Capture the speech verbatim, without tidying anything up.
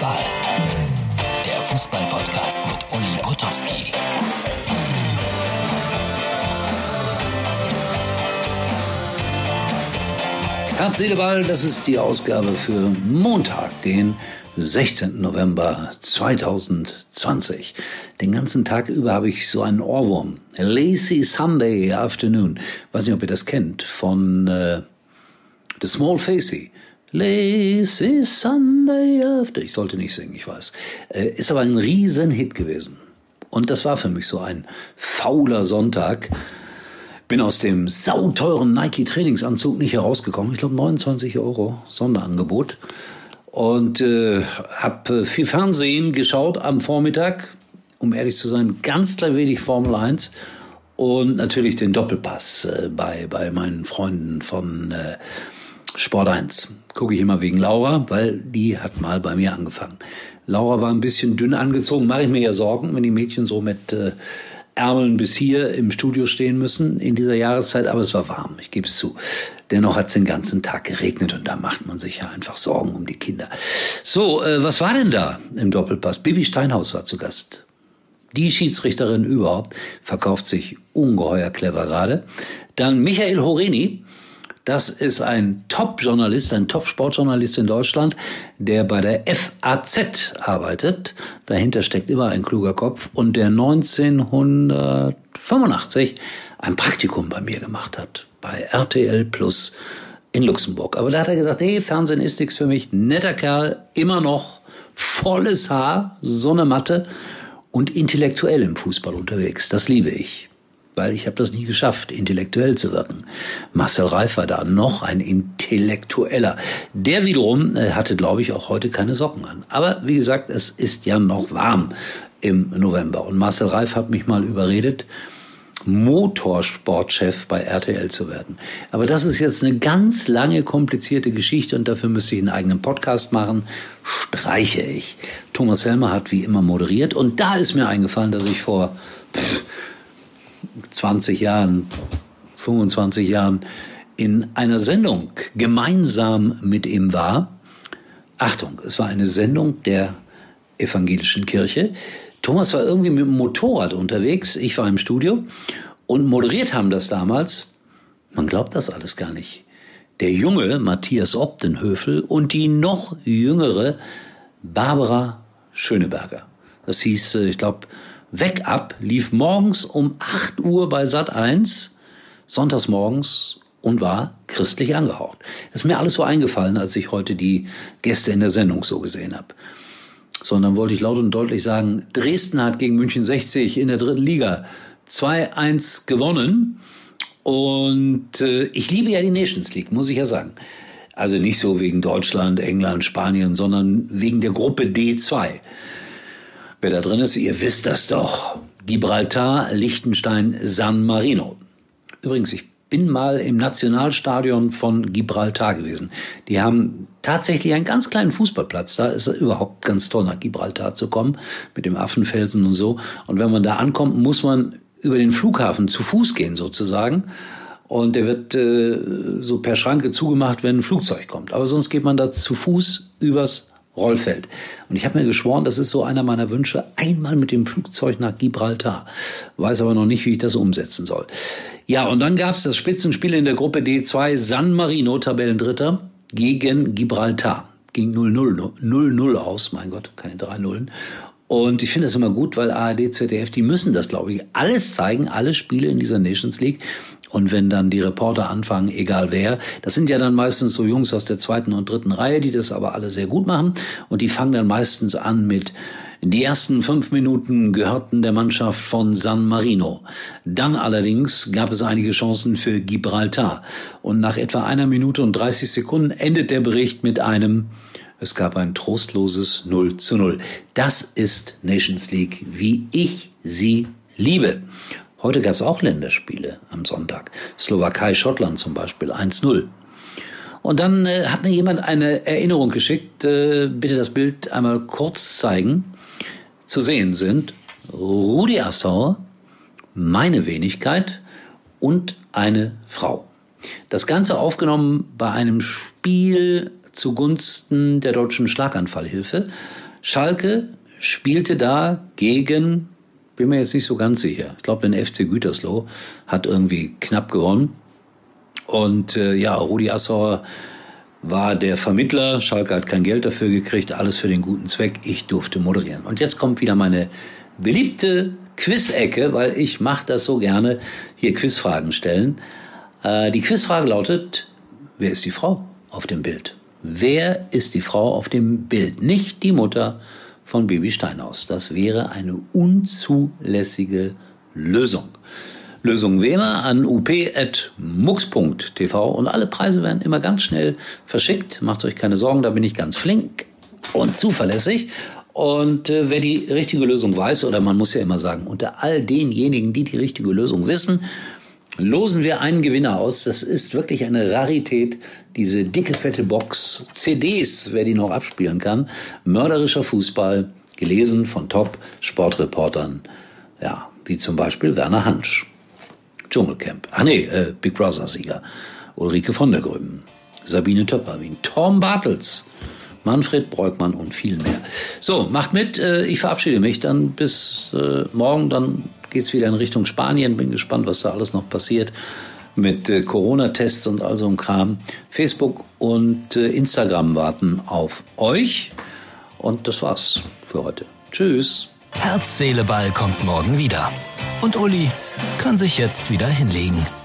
Ball, der Fußball-Podcast mit Uli Potowski. Herz, Seele, Ball, das ist die Ausgabe für Montag, den sechzehnten November zweitausendzwanzig. Den ganzen Tag über habe ich so einen Ohrwurm. Lazy Sunday Afternoon. Weiß nicht, ob ihr das kennt, von äh, The Small Faces. Lazy Sunday After. Ich sollte nicht singen, ich weiß. Äh, ist aber ein Riesenhit gewesen. Und das war für mich so ein fauler Sonntag. Bin aus dem sauteuren Nike-Trainingsanzug nicht herausgekommen. Ich glaube neunundzwanzig Euro Sonderangebot. Und äh, habe viel Fernsehen geschaut am Vormittag. Um ehrlich zu sein, ganz klein wenig Formel eins. Und natürlich den Doppelpass äh, bei, bei meinen Freunden von äh, Sport eins. Gucke ich immer wegen Laura, weil die hat mal bei mir angefangen. Laura war ein bisschen dünn angezogen. Mache ich mir ja Sorgen, wenn die Mädchen so mit Äh, Ärmeln bis hier im Studio stehen müssen in dieser Jahreszeit, aber es war warm, ich gebe es zu. Dennoch hat es den ganzen Tag geregnet und da macht man sich ja einfach Sorgen um die Kinder. So, äh, was war denn da im Doppelpass? Bibi Steinhaus war zu Gast. Die Schiedsrichterin überhaupt, verkauft sich ungeheuer clever gerade. Dann Michael Horeni. Das ist ein Top-Journalist, ein Top-Sportjournalist in Deutschland, der bei der F A Z arbeitet. Dahinter steckt immer ein kluger Kopf und der neunzehnhundertfünfundachtzig ein Praktikum bei mir gemacht hat, bei R T L Plus in Luxemburg. Aber da hat er gesagt, nee, Fernsehen ist nichts für mich. Netter Kerl, immer noch volles Haar, so eine Matte und intellektuell im Fußball unterwegs. Das liebe ich. Weil ich habe das nie geschafft, intellektuell zu wirken. Marcel Reif war da noch ein Intellektueller. Der wiederum äh, hatte, glaube ich, auch heute keine Socken an. Aber wie gesagt, es ist ja noch warm im November. Und Marcel Reif hat mich mal überredet, Motorsportchef bei R T L zu werden. Aber das ist jetzt eine ganz lange, komplizierte Geschichte und dafür müsste ich einen eigenen Podcast machen. Streiche ich. Thomas Helmer hat wie immer moderiert und da ist mir eingefallen, dass ich vor Pff, zwanzig Jahren, fünfundzwanzig Jahren in einer Sendung gemeinsam mit ihm war. Achtung, es war eine Sendung der evangelischen Kirche. Thomas war irgendwie mit dem Motorrad unterwegs, ich war im Studio und moderiert haben das damals, man glaubt das alles gar nicht, der junge Matthias Opdenhövel und die noch jüngere Barbara Schöneberger. Das hieß, ich glaube, Weg ab lief morgens um acht Uhr bei Sat eins, sonntags morgens und war christlich angehaucht. Das ist mir alles so eingefallen, als ich heute die Gäste in der Sendung so gesehen habe. Sondern wollte ich laut und deutlich sagen, Dresden hat gegen München sechzig in der dritten Liga zwei eins gewonnen. Und äh, ich liebe ja die Nations League, muss ich ja sagen. Also nicht so wegen Deutschland, England, Spanien, sondern wegen der Gruppe D zwei. Wer da drin ist, ihr wisst das doch. Gibraltar, Liechtenstein, San Marino. Übrigens, ich bin mal im Nationalstadion von Gibraltar gewesen. Die haben tatsächlich einen ganz kleinen Fußballplatz. Da ist es überhaupt ganz toll, nach Gibraltar zu kommen, mit dem Affenfelsen und so. Und wenn man da ankommt, muss man über den Flughafen zu Fuß gehen sozusagen. Und der wird äh, so per Schranke zugemacht, wenn ein Flugzeug kommt. Aber sonst geht man da zu Fuß übers Rollfeld. Und ich habe mir geschworen, das ist so einer meiner Wünsche, einmal mit dem Flugzeug nach Gibraltar. Weiß aber noch nicht, wie ich das umsetzen soll. Ja, und dann gab es das Spitzenspiel in der Gruppe D zwei, San Marino, Tabellendritter, gegen Gibraltar. Ging null null aus, mein Gott, keine drei Nullen. Und ich finde das immer gut, weil A R D, Z D F, die müssen das, glaube ich, alles zeigen, alle Spiele in dieser Nations League. Und wenn dann die Reporter anfangen, egal wer, das sind ja dann meistens so Jungs aus der zweiten und dritten Reihe, die das aber alle sehr gut machen. Und die fangen dann meistens an mit, die ersten fünf Minuten gehörten der Mannschaft von San Marino. Dann allerdings gab es einige Chancen für Gibraltar. Und nach etwa einer Minute und dreißig Sekunden endet der Bericht mit einem, es gab ein trostloses null zu null. Das ist Nations League, wie ich sie liebe. Heute gab es auch Länderspiele am Sonntag. Slowakei, Schottland zum Beispiel, eins null. Und dann äh, hat mir jemand eine Erinnerung geschickt, äh, bitte das Bild einmal kurz zeigen. Zu sehen sind Rudi Assauer, meine Wenigkeit und eine Frau. Das Ganze aufgenommen bei einem Spiel zugunsten der Deutschen Schlaganfallhilfe. Schalke spielte da gegen, bin mir jetzt nicht so ganz sicher, ich glaube den F C Gütersloh, hat irgendwie knapp gewonnen. Und äh, ja, Rudi Assauer war der Vermittler. Schalke hat kein Geld dafür gekriegt, alles für den guten Zweck. Ich durfte moderieren. Und jetzt kommt wieder meine beliebte Quiz-Ecke, weil ich mache das so gerne, hier Quizfragen stellen. Äh, die Quizfrage lautet, wer ist die Frau auf dem Bild? Wer ist die Frau auf dem Bild? Nicht die Mutter von Baby Steinhaus. Das wäre eine unzulässige Lösung. Lösung wie immer an u p at mux punkt t v und alle Preise werden immer ganz schnell verschickt. Macht euch keine Sorgen, da bin ich ganz flink und zuverlässig. Und äh, wer die richtige Lösung weiß, oder man muss ja immer sagen, unter all denjenigen, die die richtige Lösung wissen, losen wir einen Gewinner aus. Das ist wirklich eine Rarität, diese dicke, fette Box, C Ds, wer die noch abspielen kann. Mörderischer Fußball, gelesen von Top-Sportreportern, ja, wie zum Beispiel Werner Hansch. Dschungelcamp. Ach nee, äh, Big Brother-Sieger. Ulrike von der Grüben. Sabine Töpperwien. Tom Bartels. Manfred Breukmann und viel mehr. So, macht mit. Äh, ich verabschiede mich dann bis äh, morgen. Dann geht's wieder in Richtung Spanien. Bin gespannt, was da alles noch passiert. Mit äh, Corona-Tests und all so einem Kram. Facebook und äh, Instagram warten auf euch. Und das war's für heute. Tschüss. Herz, Seele, Ball kommt morgen wieder. Und Uli kann sich jetzt wieder hinlegen.